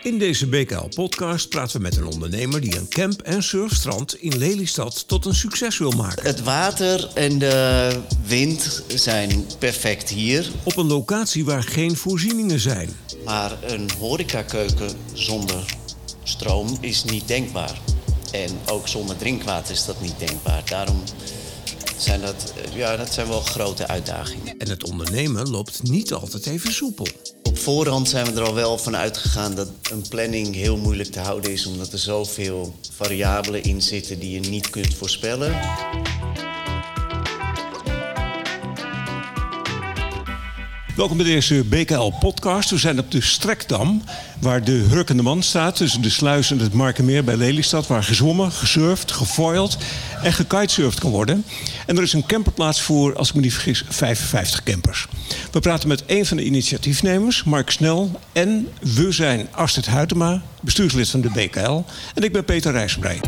In deze BKL-podcast praten we met een ondernemer die een camp- en surfstrand in Lelystad tot een succes wil maken. Het water en de wind zijn perfect hier. Op een locatie waar geen voorzieningen zijn. Maar een horecakeuken zonder stroom is niet denkbaar. En ook zonder drinkwater is dat niet denkbaar. Daarom zijn dat zijn wel grote uitdagingen. En het ondernemen loopt niet altijd even soepel. Op voorhand zijn we er al wel van uitgegaan dat een planning heel moeilijk te houden is, omdat er zoveel variabelen in zitten die je niet kunt voorspellen. Welkom bij deze BKL-podcast. We zijn op de Strekdam, waar de Hurkende Man staat tussen de sluis en het Markermeer bij Lelystad, waar gezwommen, gesurfd, gefoild en gekitesurfd kan worden. En er is een camperplaats voor, als ik me niet vergis, 55 campers. We praten met een van de initiatiefnemers, Mark Snel, en we zijn Astrid Huytema, bestuurslid van de BKL, en ik ben Peter Rijsbrey.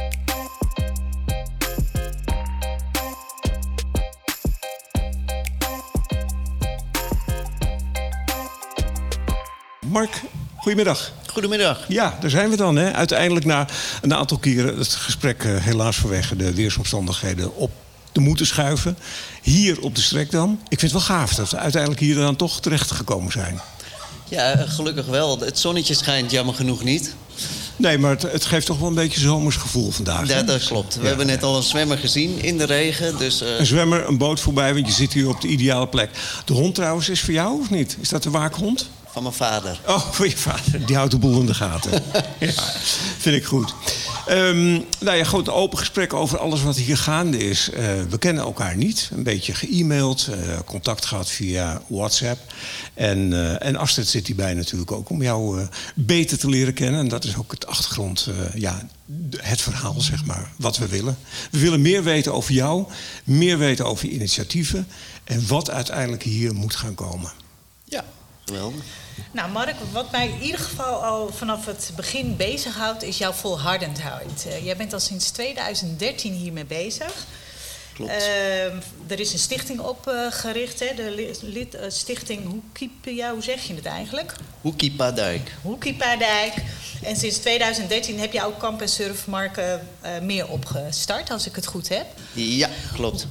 Mark, goedemiddag. Goedemiddag. Ja, daar zijn we dan. Hè. Uiteindelijk na een aantal keren het gesprek helaas vanwege de weersomstandigheden op te moeten schuiven. Hier op de Strekdam. Ik vind het wel gaaf dat we uiteindelijk hier dan toch terecht gekomen zijn. Ja, gelukkig wel. Het zonnetje schijnt jammer genoeg niet. Nee, maar het geeft toch wel een beetje zomers gevoel vandaag. Ja, dat klopt. We hebben net al een zwemmer gezien in de regen. Dus, Een zwemmer, een boot voorbij, want je zit hier op de ideale plek. De hond trouwens is voor jou of niet? Is dat de waakhond? Van mijn vader. Oh, voor je vader. Die houdt de boel in de gaten. Ja, vind ik goed. Nou ja, goed, een open gesprek over alles wat hier gaande is. We kennen elkaar niet. Een beetje ge-mailed, contact gehad via WhatsApp. En Astrid zit hierbij natuurlijk ook om jou beter te leren kennen. En dat is ook het achtergrond, het verhaal, zeg maar, wat we willen. We willen meer weten over jou, meer weten over je initiatieven en wat uiteindelijk hier moet gaan komen. Ja, geweldig. Nou Mark, wat mij in ieder geval al vanaf het begin bezighoudt is jouw volhardendheid. Jij bent al sinds 2013 hiermee bezig. Klopt. Er is een stichting opgericht, hè? De stichting Hoekipia, hoe zeg je het eigenlijk? Hoekipadijk. Hoekipadijk. En sinds 2013 heb je ook Camp en Surf meer opgestart, als ik het goed heb. Ja, klopt.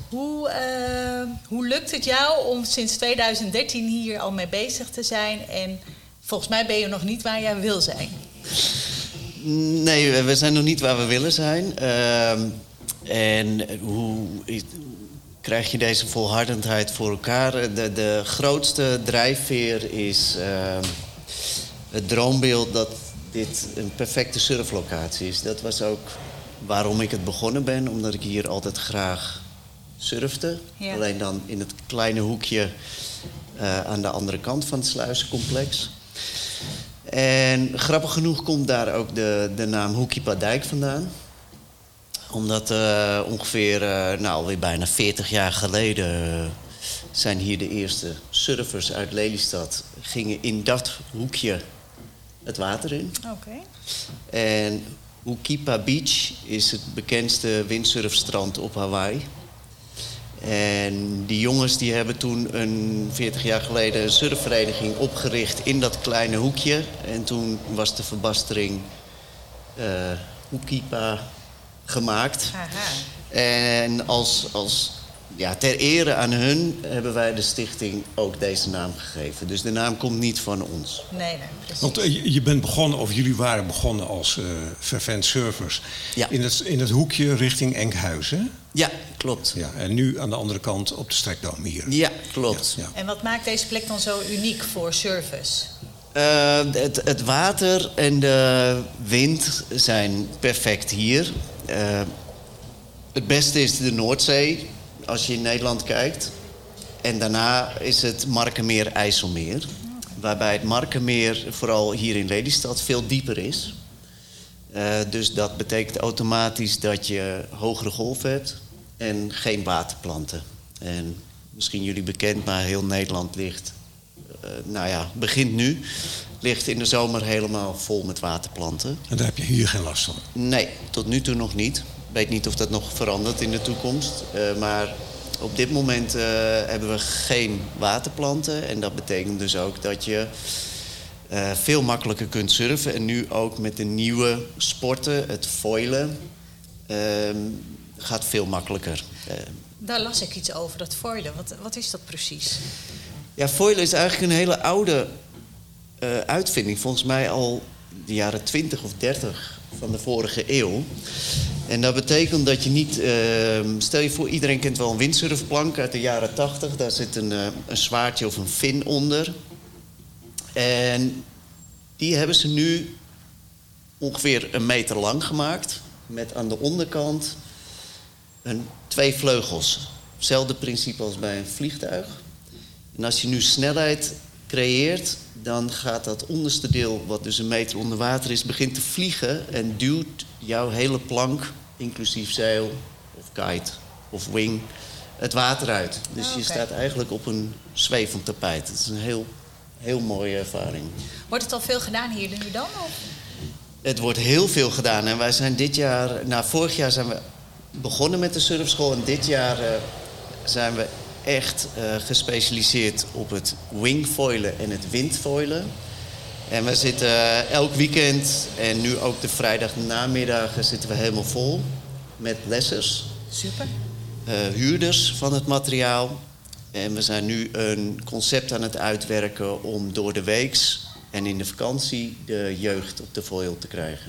Hoe lukt het jou om sinds 2013 hier al mee bezig te zijn? En volgens mij ben je nog niet waar jij wil zijn. Nee, we zijn nog niet waar we willen zijn. En hoe krijg je deze volhardendheid voor elkaar? De grootste drijfveer is het droombeeld dat dit een perfecte surflocatie is. Dat was ook waarom ik het begonnen ben, omdat ik hier altijd graag surfte. Ja. Alleen dan in het kleine hoekje aan de andere kant van het sluizencomplex. En grappig genoeg komt daar ook de naam Hoekipadijk vandaan. Omdat ongeveer alweer bijna 40 jaar geleden zijn hier de eerste surfers uit Lelystad. Gingen in dat hoekje het water in. Okay. En Hoekipa Beach is het bekendste windsurfstrand op Hawaii. En die jongens die hebben toen 40 jaar geleden een surfvereniging opgericht in dat kleine hoekje. En toen was de verbastering Hoekipa gemaakt. Aha. En ter ere aan hun hebben wij de stichting ook deze naam gegeven. Dus de naam komt niet van ons. Nee, precies. Want je bent begonnen, of jullie waren begonnen als fervent surfers. Ja. In het hoekje richting Enkhuizen. Ja, klopt. Ja, en nu aan de andere kant op de Strekdam hier. Ja, klopt. Ja. En wat maakt deze plek dan zo uniek voor surfers? Het water en de wind zijn perfect hier. Het beste is de Noordzee, als je in Nederland kijkt. En daarna is het Markermeer-IJsselmeer. Waarbij het Markermeer, vooral hier in Lelystad, veel dieper is. Dus dat betekent automatisch dat je hogere golven hebt en geen waterplanten. En misschien jullie bekend, maar heel Nederland begint nu. Ligt in de zomer helemaal vol met waterplanten. En daar heb je hier geen last van? Nee, tot nu toe nog niet. Ik weet niet of dat nog verandert in de toekomst. Maar op dit moment hebben we geen waterplanten. En dat betekent dus ook dat je veel makkelijker kunt surfen. En nu ook met de nieuwe sporten, het foilen, gaat veel makkelijker. Daar las ik iets over, dat foilen. Wat is dat precies? Ja, foilen is eigenlijk een hele oude uitvinding. Volgens mij al de jaren 20 of 30 van de vorige eeuw. En dat betekent dat je niet... stel je voor, iedereen kent wel een windsurfplank uit de jaren 80. Daar zit een zwaardje of een fin onder. En die hebben ze nu ongeveer 1 meter lang gemaakt. Met aan de onderkant 2 vleugels. Hetzelfde principe als bij een vliegtuig. En als je nu snelheid creëert, dan gaat dat onderste deel, wat dus 1 meter onder water is, begint te vliegen en duwt jouw hele plank, inclusief zeil of kite of wing, het water uit. Dus je staat eigenlijk op een zwevend tapijt. Het is een heel mooie ervaring. Wordt het al veel gedaan hier nu dan? Of? Het wordt heel veel gedaan. En wij zijn vorig jaar zijn we begonnen met de surfschool. En dit jaar zijn we echt gespecialiseerd op het wingfoilen en het windfoilen. En we zitten elk weekend en nu ook de vrijdagnamiddagen zitten we helemaal vol met lessers. Super. Huurders van het materiaal. En we zijn nu een concept aan het uitwerken om door de weeks en in de vakantie de jeugd op de foil te krijgen.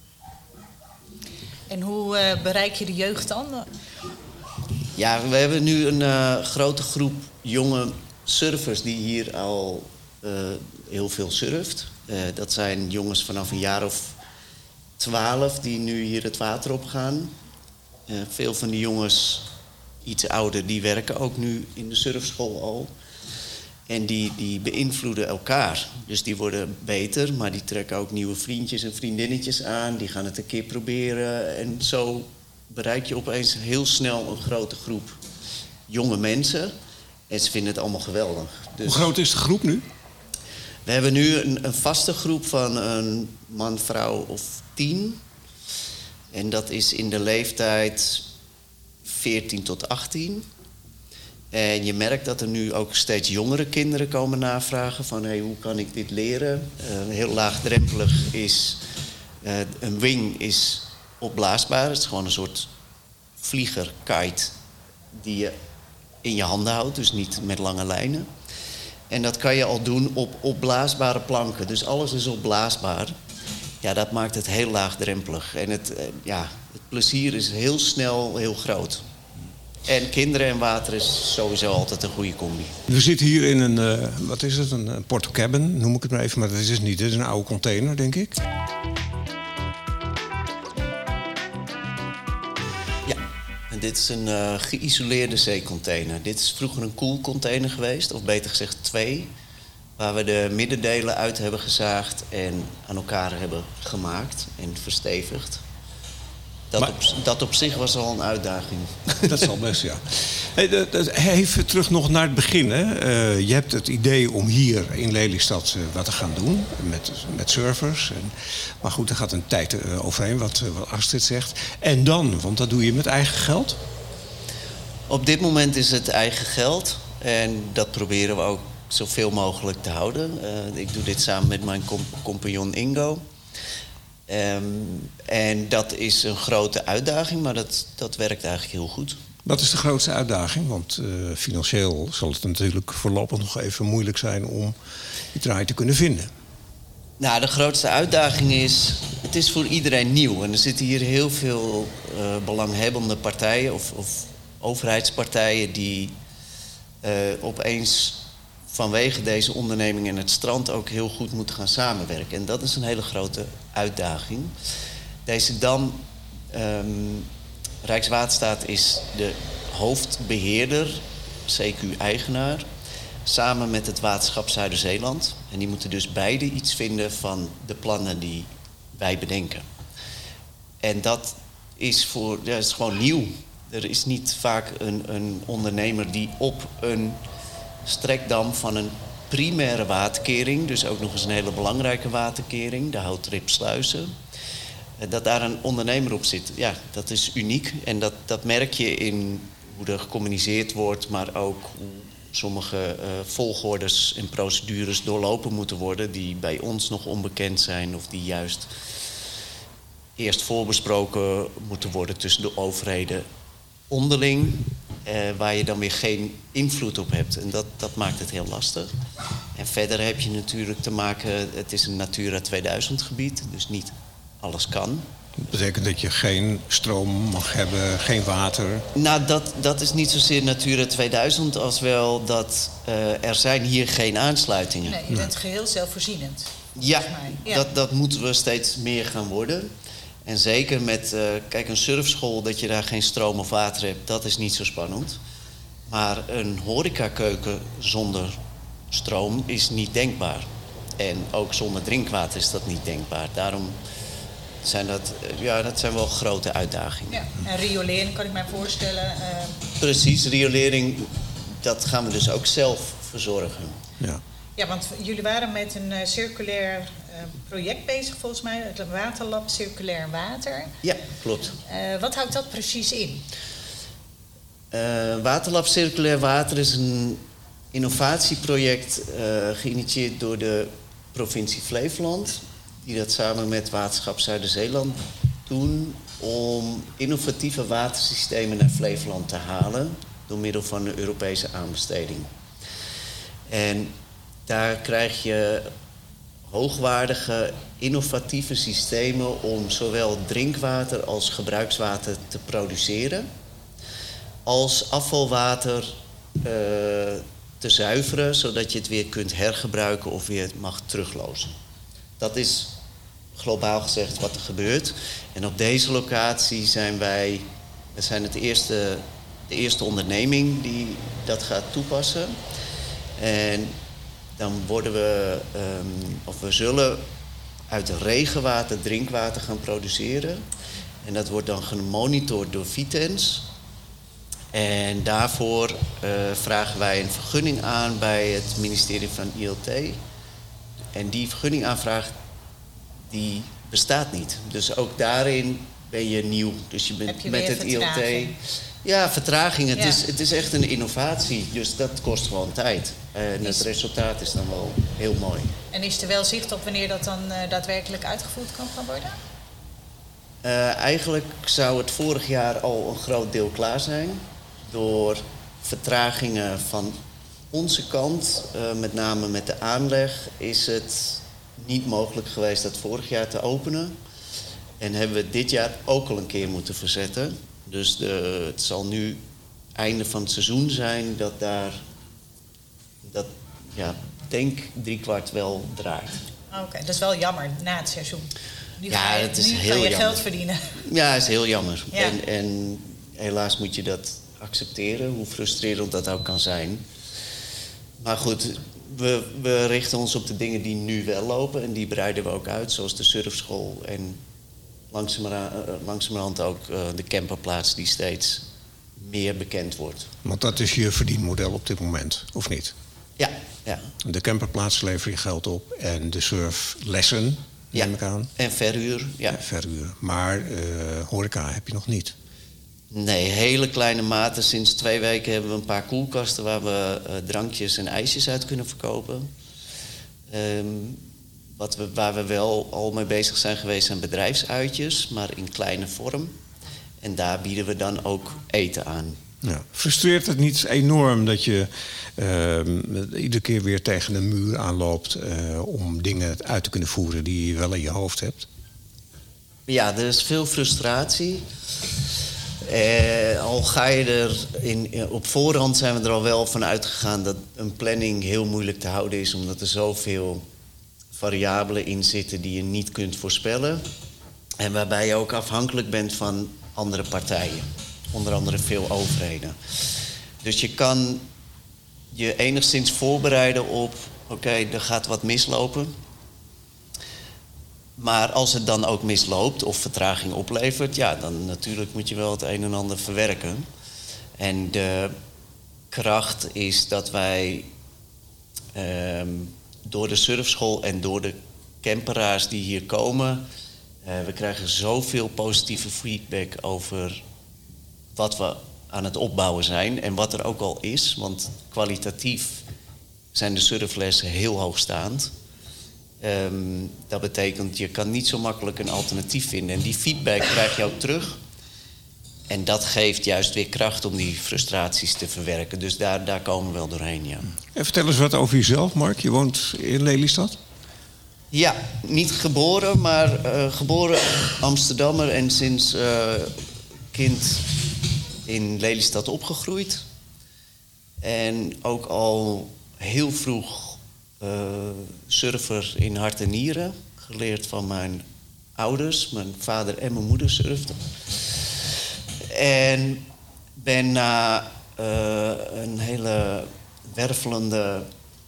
En hoe bereik je de jeugd dan? Ja, we hebben nu een grote groep jonge surfers die hier al heel veel surft. Dat zijn jongens vanaf een jaar of 12 die nu hier het water op gaan. Veel van die jongens, iets ouder, die werken ook nu in de surfschool al. En die beïnvloeden elkaar. Dus die worden beter, maar die trekken ook nieuwe vriendjes en vriendinnetjes aan. Die gaan het een keer proberen. En zo bereik je opeens heel snel een grote groep jonge mensen. En ze vinden het allemaal geweldig. Dus hoe groot is de groep nu? we hebben nu een vaste groep van een man, vrouw of 10. En dat is in de leeftijd 14 tot 18. En je merkt dat er nu ook steeds jongere kinderen komen navragen van hoe kan ik dit leren? Heel laagdrempelig is, een wing is opblaasbaar. Het is gewoon een soort vlieger, kite, die je in je handen houdt, dus niet met lange lijnen. En dat kan je al doen op opblaasbare planken. Dus alles is opblaasbaar. Ja, dat maakt het heel laagdrempelig. En het plezier is heel snel heel groot. En kinderen en water is sowieso altijd een goede combi. We zitten hier in een, wat is het, een porta cabin, noem ik het maar even. Maar dat is het niet, het is een oude container, denk ik. Ja, en dit is een geïsoleerde zeecontainer. Dit is vroeger een koelcontainer geweest, of beter gezegd 2... waar we de middendelen uit hebben gezaagd en aan elkaar hebben gemaakt en verstevigd. Dat op zich was al een uitdaging. Dat zal best, ja. Even terug nog naar het begin. Hè. Je hebt het idee om hier in Lelystad wat te gaan doen met surfers. Maar goed, er gaat een tijd overheen, wat Astrid zegt. En dan, want dat doe je met eigen geld? Op dit moment is het eigen geld. En dat proberen we ook zoveel mogelijk te houden. Ik doe dit samen met mijn compagnon Ingo. En dat is een grote uitdaging, maar dat werkt eigenlijk heel goed. Wat is de grootste uitdaging? Want financieel zal het natuurlijk voorlopig nog even moeilijk zijn om die draai te kunnen vinden. Nou, de grootste uitdaging is, het is voor iedereen nieuw. En er zitten hier heel veel belanghebbende partijen of overheidspartijen die opeens vanwege deze onderneming en het strand ook heel goed moeten gaan samenwerken. En dat is een hele grote uitdaging. Deze dam, Rijkswaterstaat is de hoofdbeheerder, CQ-eigenaar, samen met het waterschap Zuiderzeeland. En die moeten dus beide iets vinden van de plannen die wij bedenken. En dat is is gewoon nieuw. Er is niet vaak een ondernemer die op een strekdam van een primaire waterkering, dus ook nog eens een hele belangrijke waterkering, de Houtripsluizen, dat daar een ondernemer op zit. Ja, dat is uniek en dat merk je in hoe er gecommuniceerd wordt, maar ook hoe sommige volgordes en procedures doorlopen moeten worden die bij ons nog onbekend zijn of die juist eerst voorbesproken moeten worden tussen de overheden onderling, waar je dan weer geen invloed op hebt. En dat maakt het heel lastig. En verder heb je natuurlijk te maken, het is een Natura 2000 gebied, dus niet alles kan. Dat betekent dat je geen stroom mag hebben, geen water. Nou, dat is niet zozeer Natura 2000 als wel dat er zijn hier geen aansluitingen. Nee, je bent geheel zelfvoorzienend. Ja, Ja. Dat moeten we steeds meer gaan worden. En zeker met, kijk, een surfschool, dat je daar geen stroom of water hebt, dat is niet zo spannend. Maar een horecakeuken zonder stroom is niet denkbaar. En ook zonder drinkwater is dat niet denkbaar. Daarom zijn dat zijn wel grote uitdagingen. Ja. En riolering kan ik mij voorstellen. Precies, riolering, dat gaan we dus ook zelf verzorgen. Ja. Ja, want jullie waren met een circulair project bezig volgens mij. Het Waterlab Circulair Water. Ja, klopt. Wat houdt dat precies in? Waterlab Circulair Water is een innovatieproject geïnitieerd door de provincie Flevoland, die dat samen met Waterschap Zuider-Zeeland doen om innovatieve watersystemen naar Flevoland te halen door middel van een Europese aanbesteding. En daar krijg je hoogwaardige, innovatieve systemen om zowel drinkwater als gebruikswater te produceren, als afvalwater te zuiveren, zodat je het weer kunt hergebruiken of weer mag teruglozen. Dat is globaal gezegd wat er gebeurt. En op deze locatie zijn wij de eerste onderneming die dat gaat toepassen. En dan we zullen uit regenwater drinkwater gaan produceren. En dat wordt dan gemonitord door Vitens. En daarvoor vragen wij een vergunning aan bij het ministerie van ILT. En die vergunningaanvraag die bestaat niet. Dus ook daarin ben je nieuw. Dus je bent met het ILT. Ja, vertraging. Het is echt een innovatie. Dus dat kost gewoon tijd. En het resultaat is dan wel heel mooi. En is er wel zicht op wanneer dat dan daadwerkelijk uitgevoerd kan gaan worden? Eigenlijk zou het vorig jaar al een groot deel klaar zijn. Door vertragingen van onze kant, met name met de aanleg, is het niet mogelijk geweest dat vorig jaar te openen. En hebben we dit jaar ook al een keer moeten verzetten. Dus het zal nu einde van het seizoen zijn dat denk 3/4 wel draait. Oké, dat is wel jammer na het seizoen. Nu het is heel kan je jammer. geld verdienen. Ja, het is heel jammer. Ja. En helaas moet je dat accepteren, hoe frustrerend dat ook kan zijn. Maar goed, we richten ons op de dingen die nu wel lopen en die breiden we ook uit, zoals de surfschool en langzamerhand ook de camperplaats die steeds meer bekend wordt. Want dat is je verdienmodel op dit moment, of niet? Ja. De camperplaats lever je geld op en de surflessen, neem ik aan. En verhuur, ja. Verhuur. Maar horeca heb je nog niet. Nee, hele kleine mate. Sinds 2 weken hebben we een paar koelkasten waar we drankjes en ijsjes uit kunnen verkopen. Waar we wel al mee bezig zijn geweest zijn bedrijfsuitjes, maar in kleine vorm. En daar bieden we dan ook eten aan. Ja. Frustreert het niet enorm dat je iedere keer weer tegen een muur aanloopt om dingen uit te kunnen voeren die je wel in je hoofd hebt? Ja, er is veel frustratie. Al ga je op voorhand zijn we er al wel van uitgegaan dat een planning heel moeilijk te houden is, omdat er zoveel variabelen in zitten die je niet kunt voorspellen. En waarbij je ook afhankelijk bent van andere partijen. Onder andere veel overheden. Dus je kan je enigszins voorbereiden op, oké, er gaat wat mislopen. Maar als het dan ook misloopt of vertraging oplevert, ja, dan natuurlijk moet je wel het een en ander verwerken. En de kracht is dat wij door de surfschool en door de camperaars die hier komen, we krijgen zoveel positieve feedback over wat we aan het opbouwen zijn. En wat er ook al is, want kwalitatief zijn de surflessen heel hoogstaand. Dat betekent, je kan niet zo makkelijk een alternatief vinden. En die feedback krijg je ook terug. En dat geeft juist weer kracht om die frustraties te verwerken. Dus daar komen we wel doorheen, ja. En vertel eens wat over jezelf, Mark. Je woont in Lelystad? Ja, niet geboren, maar geboren Amsterdammer en sinds kind in Lelystad opgegroeid. En ook al heel vroeg surfer in hart en nieren. Geleerd van mijn ouders. Mijn vader en mijn moeder surfden. En ben na een hele wervelende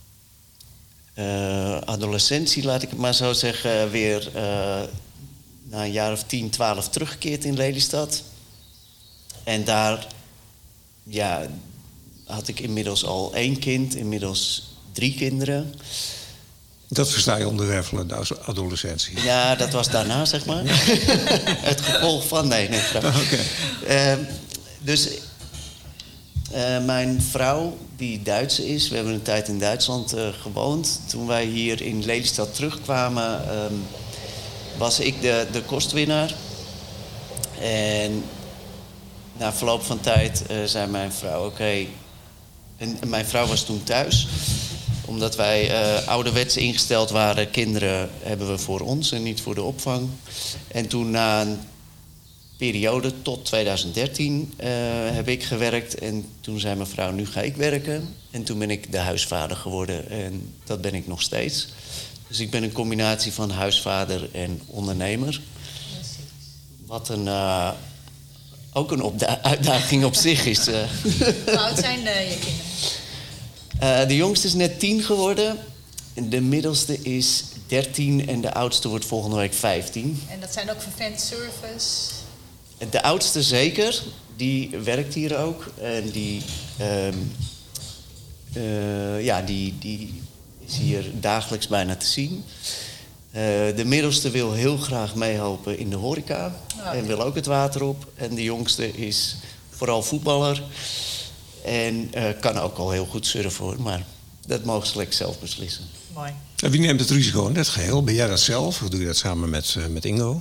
adolescentie, laat ik het maar zo zeggen, weer na een jaar of 10, 12 teruggekeerd in Lelystad. En daar had ik inmiddels al 1 kind, inmiddels 3 kinderen. Dat versta je onder wervelende adolescentie. Ja, dat was daarna, zeg maar. Ja. Het gevolg van... Nee. Okay. Dus mijn vrouw, die Duitse is... We hebben een tijd in Duitsland gewoond. Toen wij hier in Lelystad terugkwamen... was ik de kostwinnaar. En na verloop van tijd zei mijn vrouw... Oké. En mijn vrouw was toen thuis... Omdat wij ouderwets ingesteld waren, kinderen hebben we voor ons en niet voor de opvang. En toen na een periode tot 2013 heb ik gewerkt. En toen zei mijn vrouw, nu ga ik werken. En toen ben ik de huisvader geworden en dat ben ik nog steeds. Dus ik ben een combinatie van huisvader en ondernemer. Wat ook een uitdaging op zich is. Hoe oud zijn je kinderen? De jongste is net 10 geworden. De middelste is 13 en de oudste wordt volgende week 15. En dat zijn ook vervent surfers? De oudste zeker. Die werkt hier ook. En die is hier dagelijks bijna te zien. De middelste wil heel graag meehelpen in de horeca. En wil ook het water op. En de jongste is vooral voetballer. En kan ook al heel goed surfen, hoor. Maar dat mogen ze lekker zelf beslissen. Mooi. En wie neemt het risico in het geheel? Ben jij dat zelf? Of doe je dat samen met Ingo?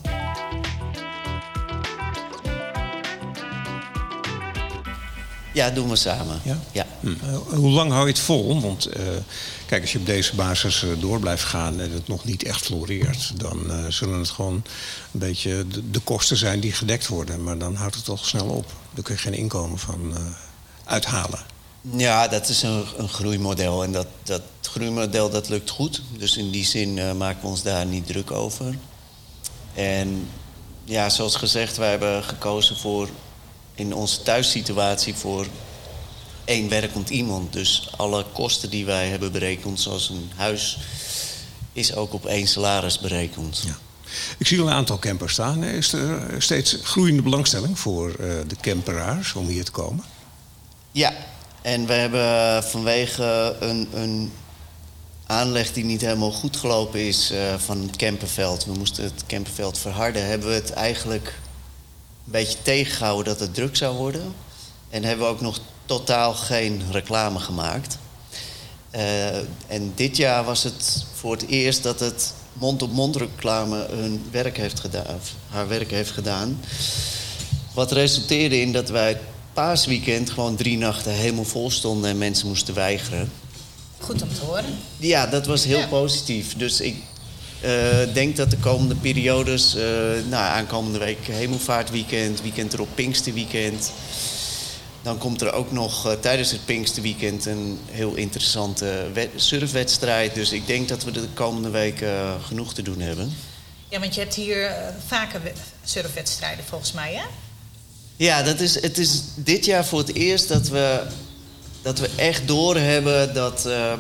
Ja, doen we samen. Ja? Hoe lang hou je het vol? Want kijk, als je op deze basis door blijft gaan en het nog niet echt floreert... dan zullen het gewoon een beetje de kosten zijn die gedekt worden. Maar dan houdt het toch snel op. Daar kun je geen inkomen van uithalen. Ja, dat is een groeimodel. En dat groeimodel dat lukt goed. Dus in die zin maken we ons daar niet druk over. En ja, zoals gezegd, wij hebben gekozen voor... in onze thuissituatie voor 1 werkend iemand. Dus alle kosten die wij hebben berekend, zoals een huis... is ook op 1 salaris berekend. Ja. Ik zie al een aantal campers staan. Is er steeds groeiende belangstelling voor de camperaars om hier te komen? Ja, en we hebben vanwege een aanleg die niet helemaal goed gelopen is van het camperveld... we moesten het camperveld verharden, hebben we het eigenlijk... een beetje tegengehouden dat het druk zou worden. En hebben we ook nog totaal geen reclame gemaakt. En dit jaar was het voor het eerst dat het mond-op-mond reclame haar werk heeft gedaan. Wat resulteerde in dat wij het paasweekend gewoon 3 nachten helemaal vol stonden en mensen moesten weigeren. Goed om te horen. Ja, dat was heel positief. Dus ik denk dat de komende periodes, aankomende week Hemelvaartweekend, weekend erop Pinksterweekend. Dan komt er ook nog tijdens het Pinksterweekend een heel interessante surfwedstrijd. Dus ik denk dat we de komende week genoeg te doen hebben. Ja, want je hebt hier vaker surfwedstrijden volgens mij, hè? Ja, het is dit jaar voor het eerst dat we echt doorhebben dat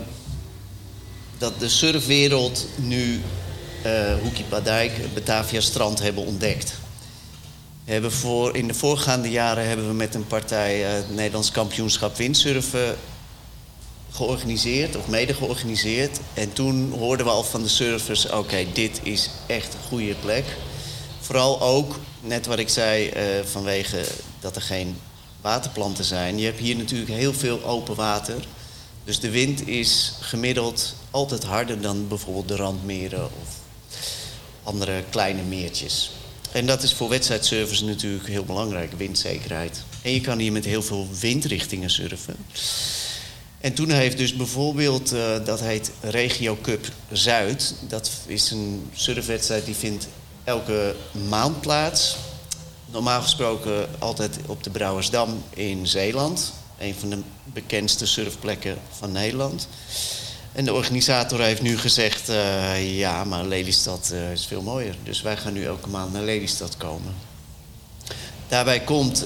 de surfwereld nu Hoekie Padijk, Batavia Strand hebben ontdekt. In de voorgaande jaren hebben we met een partij het Nederlands kampioenschap windsurfen georganiseerd, of mede georganiseerd. En toen hoorden we al van de surfers, oké, dit is echt een goede plek. Vooral ook, net wat ik zei, vanwege dat er geen waterplanten zijn. Je hebt hier natuurlijk heel veel open water. Dus de wind is gemiddeld altijd harder dan bijvoorbeeld de randmeren of andere kleine meertjes. En dat is voor wedstrijdsurfers natuurlijk heel belangrijk, windzekerheid. En je kan hier met heel veel windrichtingen surfen. En toen heeft dus bijvoorbeeld, dat heet Regio Cup Zuid. Dat is een surfwedstrijd die vindt elke maand plaats. Normaal gesproken altijd op de Brouwersdam in Zeeland. Een van de bekendste surfplekken van Nederland. En de organisator heeft nu gezegd, ja, maar Lelystad is veel mooier. Dus wij gaan nu elke maand naar Lelystad komen. Daarbij komt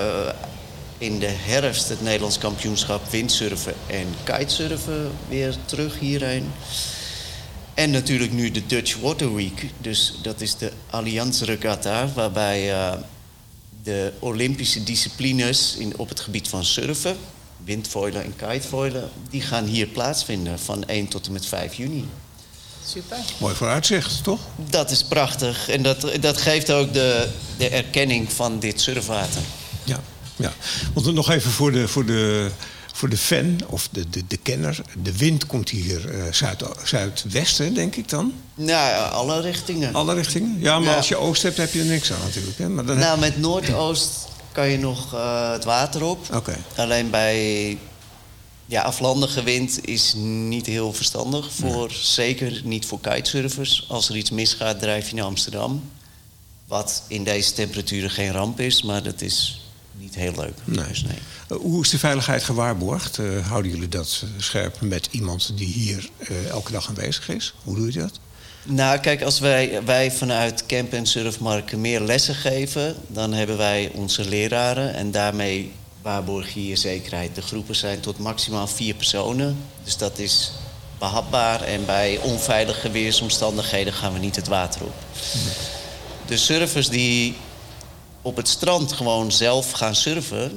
in de herfst het Nederlands kampioenschap windsurfen en kitesurfen weer terug hierheen. En natuurlijk nu de Dutch Water Week. Dus dat is de Allianz Regatta, waarbij de Olympische disciplines op het gebied van surfen, windfoilen en kitefoilen, die gaan hier plaatsvinden van 1 tot en met 5 juni. Super. Mooi vooruitzicht, toch? Dat is prachtig en dat geeft ook de erkenning van dit surfwater. Ja. Want nog even voor de fan of de kenner. De wind komt hier zuidwesten, denk ik dan? Nou, alle richtingen. Alle richtingen? Ja, maar als je oost hebt, heb je er niks aan natuurlijk. Hè? Maar dan met noordoost kan je nog het water op. Okay. Alleen bij aflandige wind is niet heel verstandig. Zeker niet voor kitesurfers. Als er iets misgaat, drijf je naar Amsterdam. Wat in deze temperaturen geen ramp is, maar dat is niet heel leuk. Nee. Dus nee. Hoe is de veiligheid gewaarborgd? Houden jullie dat scherp met iemand die hier elke dag aanwezig is? Hoe doe je dat? Nou, kijk, als wij vanuit Camp en Surfmarken meer lessen geven, dan hebben wij onze leraren en daarmee waarborg je je zekerheid. De groepen zijn tot maximaal 4 personen, dus dat is behapbaar en bij onveilige weersomstandigheden gaan we niet het water op. Nee. De surfers die op het strand gewoon zelf gaan surfen,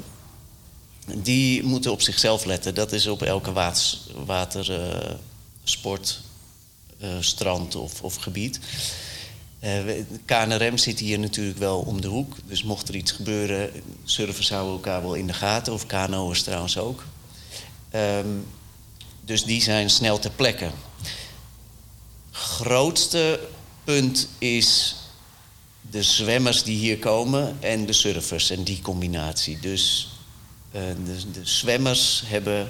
die moeten op zichzelf letten. Dat is op elke watersport, strand of gebied. KNRM zit hier natuurlijk wel om de hoek. Dus mocht er iets gebeuren, surfers houden elkaar wel in de gaten. Of kanoërs trouwens ook. Dus die zijn snel ter plekke. Grootste punt is de zwemmers die hier komen en de surfers en die combinatie. Dus de zwemmers hebben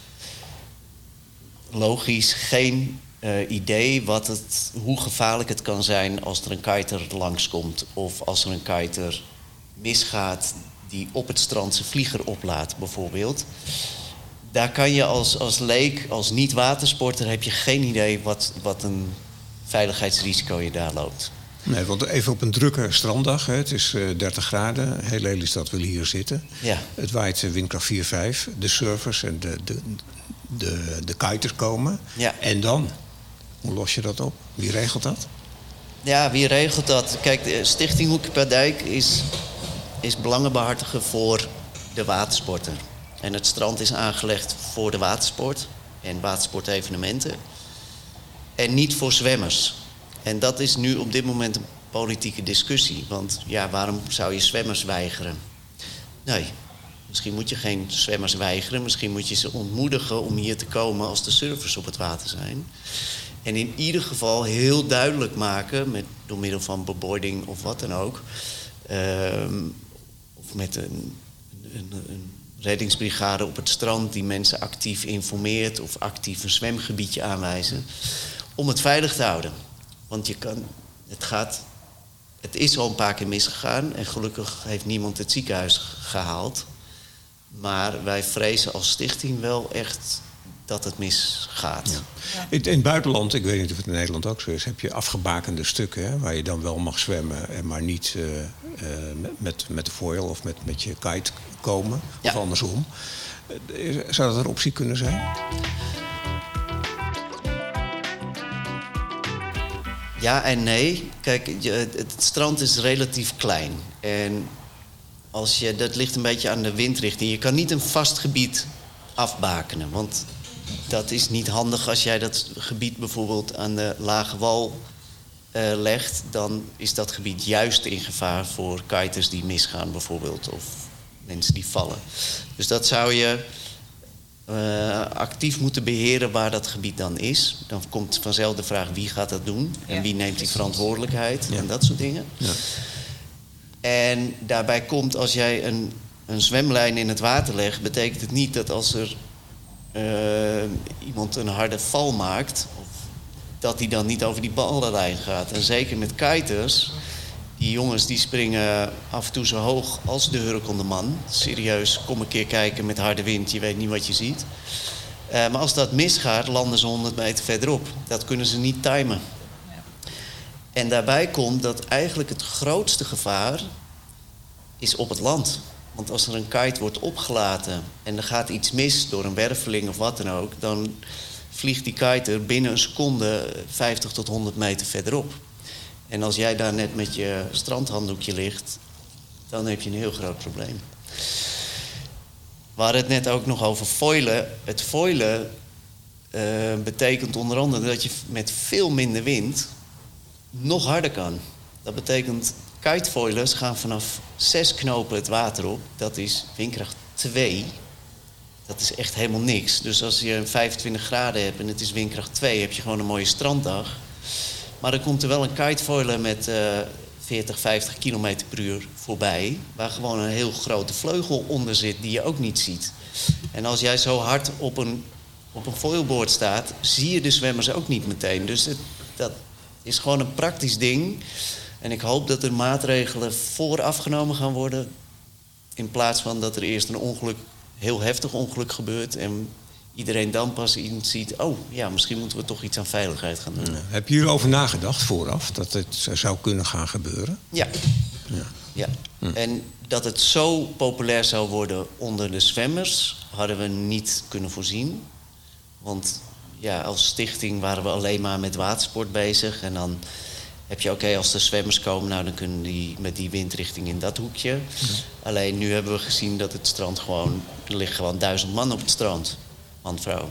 logisch geen idee hoe gevaarlijk het kan zijn als er een kiter langskomt of als er een kiter misgaat die op het strand zijn vlieger oplaat bijvoorbeeld. Daar kan je als leek, als niet-watersporter, heb je geen idee wat een veiligheidsrisico je daar loopt. Nee, want even op een drukke stranddag, hè, het is 30 graden, heel Lelystad wil hier zitten. Ja. Het waait windkracht 4, 5, de surfers en de kiters komen. Ja. En dan? Hoe los je dat op? Wie regelt dat? Ja, wie regelt dat? Kijk, de Stichting Hoekje-Dijk is belangenbehartiger voor de watersporter. En het strand is aangelegd voor de watersport en watersportevenementen. En niet voor zwemmers. En dat is nu op dit moment een politieke discussie. Want ja, waarom zou je zwemmers weigeren? Nee, misschien moet je geen zwemmers weigeren. Misschien moet je ze ontmoedigen om hier te komen als de surfers op het water zijn. En in ieder geval heel duidelijk maken, door middel van beboarding of wat dan ook. Of met een reddingsbrigade op het strand die mensen actief informeert of actief een zwemgebiedje aanwijzen. Om het veilig te houden. Want het is al een paar keer misgegaan en gelukkig heeft niemand het ziekenhuis gehaald. Maar wij vrezen als stichting wel echt dat het misgaat. Ja. In het buitenland, ik weet niet of het in Nederland ook zo is, heb je afgebakende stukken, hè, waar je dan wel mag zwemmen, maar niet met de foil of met je kite komen. Ja. Of andersom. Zou dat een optie kunnen zijn? Ja en nee. Kijk, het strand is relatief klein. En dat ligt een beetje aan de windrichting. Je kan niet een vast gebied afbakenen. Want dat is niet handig als jij dat gebied bijvoorbeeld aan de lage wal legt. Dan is dat gebied juist in gevaar voor kiters die misgaan bijvoorbeeld. Of mensen die vallen. Dus dat zou je actief moeten beheren waar dat gebied dan is. Dan komt vanzelf de vraag wie gaat dat doen en wie neemt die verantwoordelijkheid en dat soort dingen. Ja. En daarbij komt, als jij een zwemlijn in het water legt, betekent het niet dat als er iemand een harde val maakt, dat die dan niet over die ballenlijn gaat. En zeker met kiters, die jongens die springen af en toe zo hoog als de hurk om de man. Serieus, kom een keer kijken met harde wind, je weet niet wat je ziet. Maar als dat misgaat, landen ze 100 meter verderop. Dat kunnen ze niet timen. En daarbij komt dat eigenlijk het grootste gevaar is op het land. Want als er een kite wordt opgelaten en er gaat iets mis door een werveling of wat dan ook, dan vliegt die kiter binnen een seconde 50 tot 100 meter verderop. En als jij daar net met je strandhanddoekje ligt, dan heb je een heel groot probleem. We hadden het net ook nog over foilen. Het foilen betekent onder andere dat je met veel minder wind nog harder kan. Dat betekent, kitefoilers gaan vanaf 6 knopen het water op. Dat is windkracht 2. Dat is echt helemaal niks. Dus als je 25 graden hebt en het is windkracht 2, heb je gewoon een mooie stranddag. Maar dan komt er wel een kitefoiler met 40, 50 kilometer per uur voorbij, waar gewoon een heel grote vleugel onder zit die je ook niet ziet. En als jij zo hard op een foilboard staat, zie je de zwemmers ook niet meteen. Dus dat is gewoon een praktisch ding. En ik hoop dat er maatregelen vooraf genomen gaan worden, in plaats van dat er eerst een heel heftig ongeluk gebeurt en iedereen dan pas ziet, oh ja, misschien moeten we toch iets aan veiligheid gaan doen. Heb je hierover nagedacht vooraf, dat het zou kunnen gaan gebeuren? Ja. En dat het zo populair zou worden onder de zwemmers, hadden we niet kunnen voorzien. Want ja, als stichting waren we alleen maar met watersport bezig. En dan heb je, als de zwemmers komen, nou, dan kunnen die met die windrichting in dat hoekje. Ja. Alleen nu hebben we gezien dat het strand er liggen gewoon 1000 man op het strand. Man-vrouw.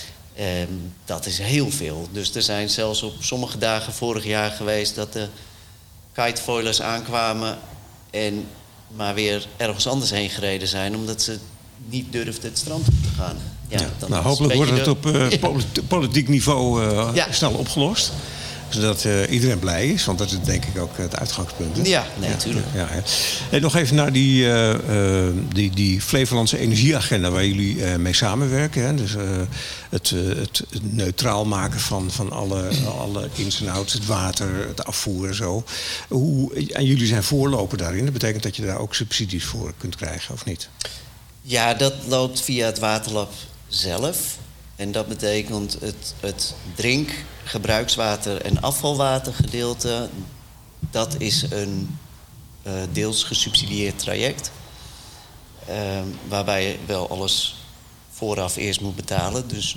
Dat is heel veel. Dus er zijn zelfs op sommige dagen vorig jaar geweest dat de kitefoilers aankwamen en maar weer ergens anders heen gereden zijn, omdat ze niet durfden het strand op te gaan. Nou, hopelijk wordt het op politiek niveau snel opgelost. Zodat iedereen blij is, want dat is denk ik ook het uitgangspunt. Hè? Ja, natuurlijk. En nog even naar die Flevolandse energieagenda waar jullie mee samenwerken. Hè? Dus het neutraal maken van alle ins en outs, het water, het afvoer en zo. En jullie zijn voorloper daarin. Dat betekent dat je daar ook subsidies voor kunt krijgen, of niet? Ja, dat loopt via het Waterlab zelf. En dat betekent het gebruikswater en afvalwatergedeelte, dat is een deels gesubsidieerd traject. Waarbij je wel alles vooraf eerst moet betalen. Dus,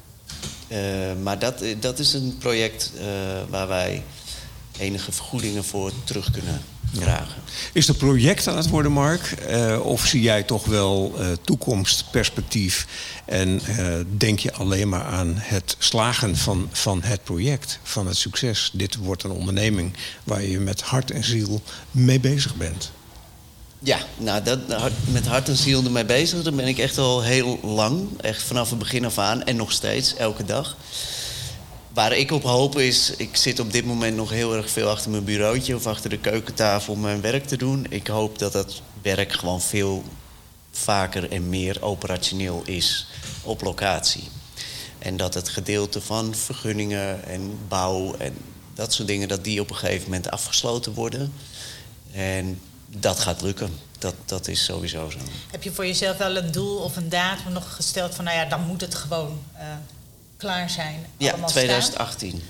maar dat is een project waar wij enige vergoedingen voor terug kunnen vragen. Is het project aan het worden, Mark? Of zie jij toch wel toekomstperspectief en denk je alleen maar aan het slagen van het project, van het succes? Dit wordt een onderneming waar je met hart en ziel mee bezig bent. Ja, nou, met hart en ziel ermee bezig, daar ben ik echt al heel lang. Echt vanaf het begin af aan en nog steeds, elke dag. Waar ik op hoop is, ik zit op dit moment nog heel erg veel achter mijn bureautje of achter de keukentafel om mijn werk te doen. Ik hoop dat dat werk gewoon veel vaker en meer operationeel is op locatie. En dat het gedeelte van vergunningen en bouw en dat soort dingen, dat die op een gegeven moment afgesloten worden. En dat gaat lukken. Dat is sowieso zo. Heb je voor jezelf wel een doel of een datum nog gesteld van, nou ja, dan moet het gewoon klaar zijn? Ja, 2018.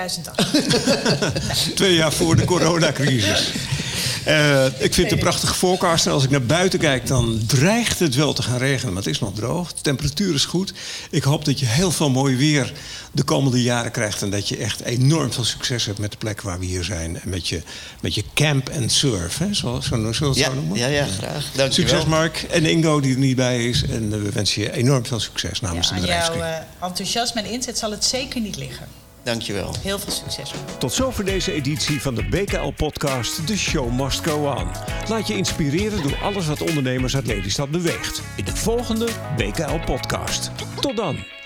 2018. 2 jaar voor de coronacrisis. Ik vind het een prachtige forecast. En als ik naar buiten kijk, dan dreigt het wel te gaan regenen. Maar het is nog droog. De temperatuur is goed. Ik hoop dat je heel veel mooi weer de komende jaren krijgt. En dat je echt enorm veel succes hebt met de plek waar we hier zijn. En met je camp en surf. Hè? Zullen we het zo noemen? Ja, graag. Dank je succes, wel. Mark. En Ingo, die er niet bij is. En we wensen je enorm veel succes namens de bedrijfskring. Aan jouw enthousiasme en inzet zal het zeker niet liggen. Dankjewel. Heel veel succes. Tot zover deze editie van de BKL-podcast The Show Must Go On. Laat je inspireren door alles wat ondernemers uit Lelystad beweegt. In de volgende BKL-podcast. Tot dan.